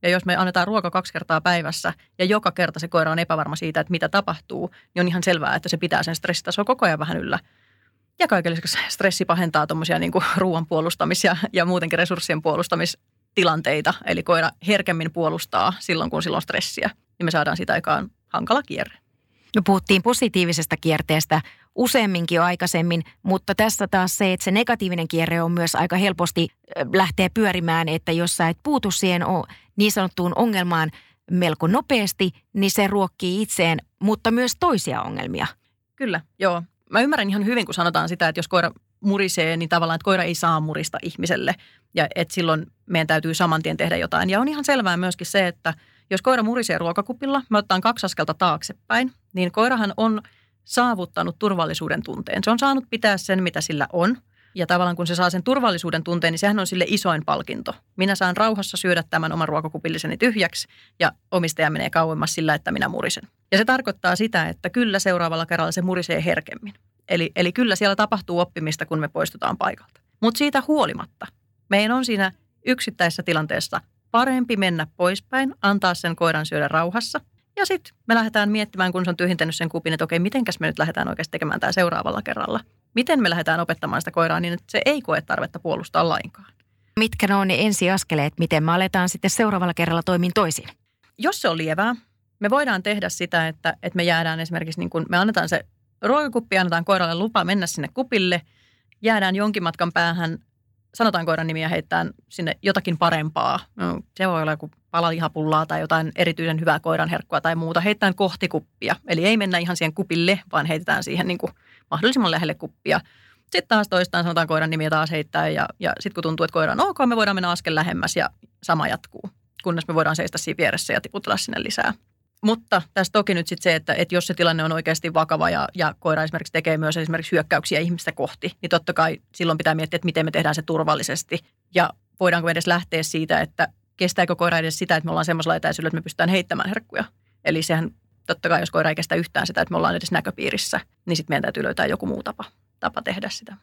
Ja jos me annetaan ruoka kaksi kertaa päivässä ja joka kerta se koira on epävarma siitä, että mitä tapahtuu, niin on ihan selvää, että se pitää sen stressitasoa koko ajan vähän yllä. Ja kaiken lisäksi stressi pahentaa tuommoisia niin kuin ruoan puolustamis- ja, ja muutenkin resurssien puolustamistilanteita. Eli koira herkemmin puolustaa silloin, kun sillä on stressiä. Niin me saadaan sitä aikaan hankala kierre. No puhuttiin positiivisesta kierteestä useamminkin jo aikaisemmin, mutta tässä taas se, että se negatiivinen kierre on myös aika helposti lähtee pyörimään, että jos sä et puutu siihen niin sanottuun ongelmaan melko nopeasti, niin se ruokkii itseen, mutta myös toisia ongelmia. Kyllä, joo. Mä ymmärrän ihan hyvin, kun sanotaan sitä, että jos koira murisee, niin tavallaan, että koira ei saa murista ihmiselle ja että silloin meidän täytyy saman tien tehdä jotain. Ja on ihan selvää myöskin se, että jos koira murisee ruokakupilla, me otetaan kaksi askelta taaksepäin, niin koirahan on saavuttanut turvallisuuden tunteen. Se on saanut pitää sen, mitä sillä on. Ja tavallaan kun se saa sen turvallisuuden tunteen, niin sehän on sille isoin palkinto. Minä saan rauhassa syödä tämän oman ruokakupilliseni tyhjäksi ja omistaja menee kauemmas sillä, että minä murisen. Ja se tarkoittaa sitä, että kyllä seuraavalla kerralla se murisee herkemmin. Eli, eli kyllä siellä tapahtuu oppimista, kun me poistutaan paikalta. Mutta siitä huolimatta meidän on siinä yksittäisessä tilanteessa parempi mennä poispäin, antaa sen koiran syödä rauhassa. Ja sitten me lähdetään miettimään, kun se on tyhjentänyt sen kupin, että okei, mitenkäs me nyt lähdetään oikeasti tekemään tämä seuraavalla kerralla. Miten me lähdetään opettamaan sitä koiraa niin, että se ei koe tarvetta puolustaa lainkaan. Mitkä ne on ne ensiaskeleet, miten me aletaan sitten seuraavalla kerralla toimin toisin? Jos se on lievää, me voidaan tehdä sitä, että, että me jäädään esimerkiksi, niin kun me annetaan se ruokakuppi, annetaan koiralle lupa mennä sinne kupille, jäädään jonkin matkan päähän, sanotaan koiran nimi ja heittää sinne jotakin parempaa. No, se voi olla joku palalihapullaa tai jotain erityisen hyvää koiran herkkua tai muuta. Heitetään kohti kuppia. Eli ei mennä ihan siihen kupille, vaan heitetään siihen niin kuin mahdollisimman lähelle kuppia. Sitten taas toistaan sanotaan koiran nimi ja taas heittää. Ja, ja sitten kun tuntuu, että koira on ok, me voidaan mennä askel lähemmäs ja sama jatkuu. Kunnes me voidaan seistä siinä vieressä ja tiputella sinne lisää. Mutta tässä toki nyt sitten se, että, että jos se tilanne on oikeasti vakava ja, ja koira esimerkiksi tekee myös esimerkiksi hyökkäyksiä ihmistä kohti, niin totta kai silloin pitää miettiä, että miten me tehdään se turvallisesti. Ja voidaanko me edes lähteä siitä, että kestääkö koira edes sitä, että me ollaan semmoisella etäisyydellä, että me pystytään heittämään herkkuja. Eli sehän totta kai, jos koira ei kestä yhtään sitä, että me ollaan edes näköpiirissä, niin sitten meidän täytyy löytää joku muu tapa, tapa tehdä sitä.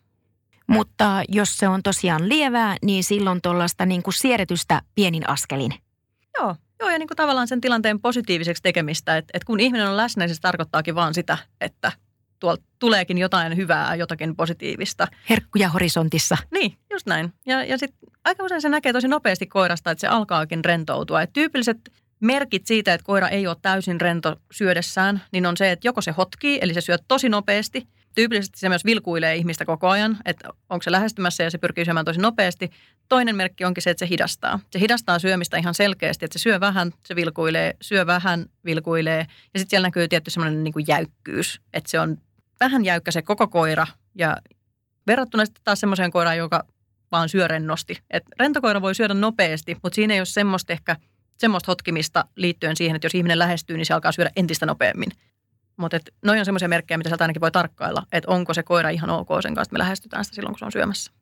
Mutta jos se on tosiaan lievää, niin silloin tuollaista niin kuin siirretystä pienin askelin. Joo. Joo, ja niin kuin tavallaan sen tilanteen positiiviseksi tekemistä, että, että kun ihminen on läsnä, niin se tarkoittaakin vaan sitä, että tuolta tuleekin jotain hyvää, jotakin positiivista. Herkkuja horisontissa. Niin, just näin. Ja, ja sitten aika usein se näkee tosi nopeasti koirasta, että se alkaakin rentoutua. Et tyypilliset merkit siitä, että koira ei ole täysin rento syödessään, niin on se, että joko se hotkii, eli se syö tosi nopeasti. Tyypillisesti se myös vilkuilee ihmistä koko ajan, että onko se lähestymässä ja se pyrkii syömään tosi nopeasti. Toinen merkki onkin se, että se hidastaa. Se hidastaa syömistä ihan selkeästi, että se syö vähän, se vilkuilee, syö vähän, vilkuilee. Ja sitten siellä näkyy tietty semmoinen niin kuin jäykkyys, että se on vähän jäykkä se koko koira. Ja verrattuna sitten taas semmoiseen koiraan, joka vaan syö rennosti. Että rentokoira voi syödä nopeasti, mutta siinä ei ole semmoista ehkä semmoista hotkimista liittyen siihen, että jos ihminen lähestyy, niin se alkaa syödä entistä nopeammin. Mutta noi on semmoisia merkkejä, mitä sieltä ainakin voi tarkkailla, että onko se koira ihan ok sen kanssa, että me lähestytään sitä silloin, kun se on syömässä.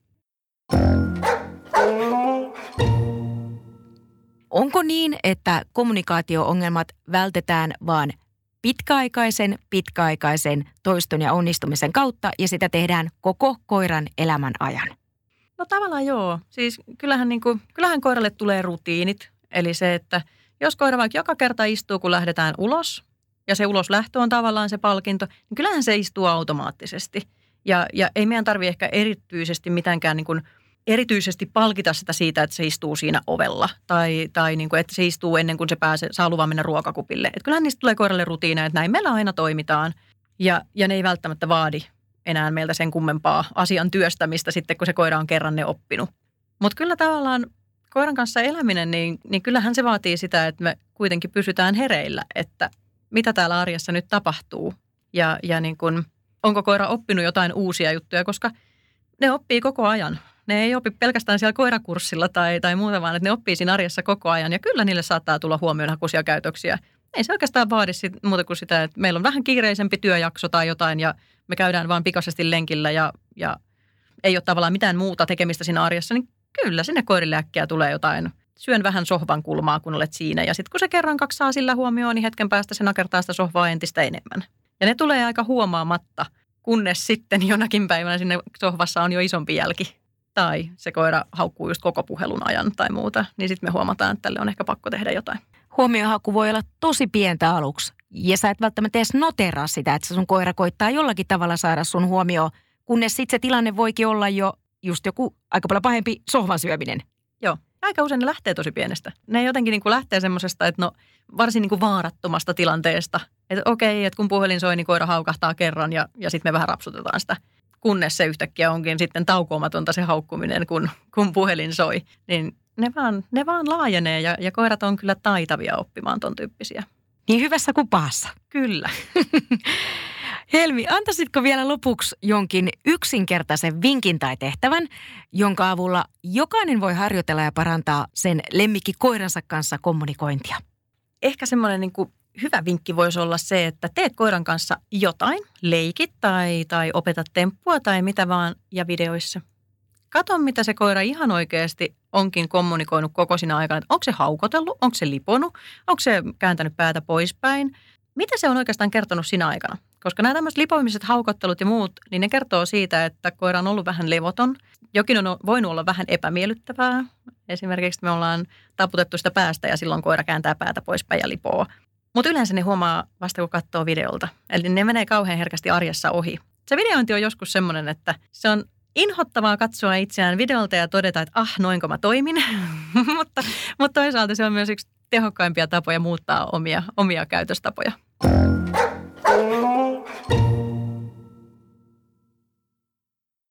Onko niin, että kommunikaatio-ongelmat vältetään vaan pitkäaikaisen, pitkäaikaisen toiston ja onnistumisen kautta ja sitä tehdään koko koiran elämän ajan? No tavallaan joo. Siis kyllähän, niin kuin, kyllähän koiralle tulee rutiinit. Eli se, että jos koira vaikka joka kerta istuu, kun lähdetään ulos, ja se uloslähtö on tavallaan se palkinto, niin kyllähän se istuu automaattisesti. Ja, ja ei meidän tarvitse ehkä erityisesti mitenkään niin kuin erityisesti palkita sitä siitä, että se istuu siinä ovella. Tai, tai niin kuin, että se istuu ennen kuin se pääsee, saa luvan mennä ruokakupille. Että kyllähän niistä tulee koiralle rutiineja, että näin meillä aina toimitaan. Ja, ja ne ei välttämättä vaadi enää meiltä sen kummempaa asian työstämistä sitten, kun se koira on kerran ne oppinut. Mutta kyllä tavallaan koiran kanssa eläminen, niin, niin kyllähän se vaatii sitä, että me kuitenkin pysytään hereillä, että mitä täällä arjessa nyt tapahtuu ja, ja niin kuin, onko koira oppinut jotain uusia juttuja, koska ne oppii koko ajan. Ne ei opi pelkästään siellä koirakurssilla tai, tai muuta, vaan että ne oppii siinä arjessa koko ajan ja kyllä niille saattaa tulla huomionhakuisia käytöksiä. Ei se oikeastaan vaadi sit, muuta kuin sitä, että meillä on vähän kiireisempi työjakso tai jotain ja me käydään vaan pikaisesti lenkillä ja, ja ei ole tavallaan mitään muuta tekemistä siinä arjessa, niin kyllä sinne koirille äkkiä tulee jotain. Syön vähän sohvan kulmaa, kun olet siinä. Ja sitten kun se kerran kaksi saa sillä huomioon, niin hetken päästä se nakertaa sitä sohvaa entistä enemmän. Ja ne tulee aika huomaamatta, kunnes sitten jonakin päivänä sinne sohvassa on jo isompi jälki. tai se koira haukkuu just koko puhelun ajan tai muuta, niin sitten me huomataan, että tälle on ehkä pakko tehdä jotain. Huomiohaku voi olla tosi pientä aluksi ja sä et välttämättä edes noteraa sitä, että sun koira koittaa jollakin tavalla saada sun huomioon, kunnes sitten se tilanne voikin olla jo just joku aika paljon pahempi sohvan syöminen. Joo, aika usein ne lähtee tosi pienestä. Ne jotenkin niin kuin lähtee semmoisesta, että no varsin niin kuin vaarattomasta tilanteesta. Että okei, että kun puhelin soi, niin koira haukahtaa kerran ja, ja sitten me vähän rapsutetaan sitä. Kunnes se yhtäkkiä onkin sitten taukoamatonta se haukkuminen, kun, kun puhelin soi. Niin ne vaan, ne vaan laajenee ja, ja koirat on kyllä taitavia oppimaan ton tyyppisiä. Niin hyvässä kuin pahassa. Kyllä. Helmi, antaisitko vielä lopuksi jonkin yksinkertaisen vinkin tai tehtävän, jonka avulla jokainen voi harjoitella ja parantaa sen lemmikki koiransa kanssa kommunikointia? Ehkä semmoinen niin kuin hyvä vinkki voisi olla se, että teet koiran kanssa jotain, leikit tai, tai opetat temppua tai mitä vaan ja videoissa. Kato, mitä se koira ihan oikeasti onkin kommunikoinut koko siinä aikana. Että onko se haukotellut, onko se liponut, onko se kääntänyt päätä poispäin. Mitä se on oikeastaan kertonut siinä aikana? Koska nämä tämmöiset lipoimiset, haukottelut ja muut, niin ne kertoo siitä, että koira on ollut vähän levoton. Jokin on voinut olla vähän epämiellyttävää. Esimerkiksi me ollaan taputettu sitä päästä ja silloin koira kääntää päätä poispäin ja lipoo. Mutta yleensä ne huomaa vasta, kun katsoo videolta. Eli ne menee kauhean herkästi arjessa ohi. Se videointi on joskus semmoinen, että se on inhottavaa katsoa itseään videolta ja todeta, että ah, noinko mä toimin. mutta, mutta toisaalta se on myös yksi tehokkaimpia tapoja muuttaa omia, omia käytöstapoja.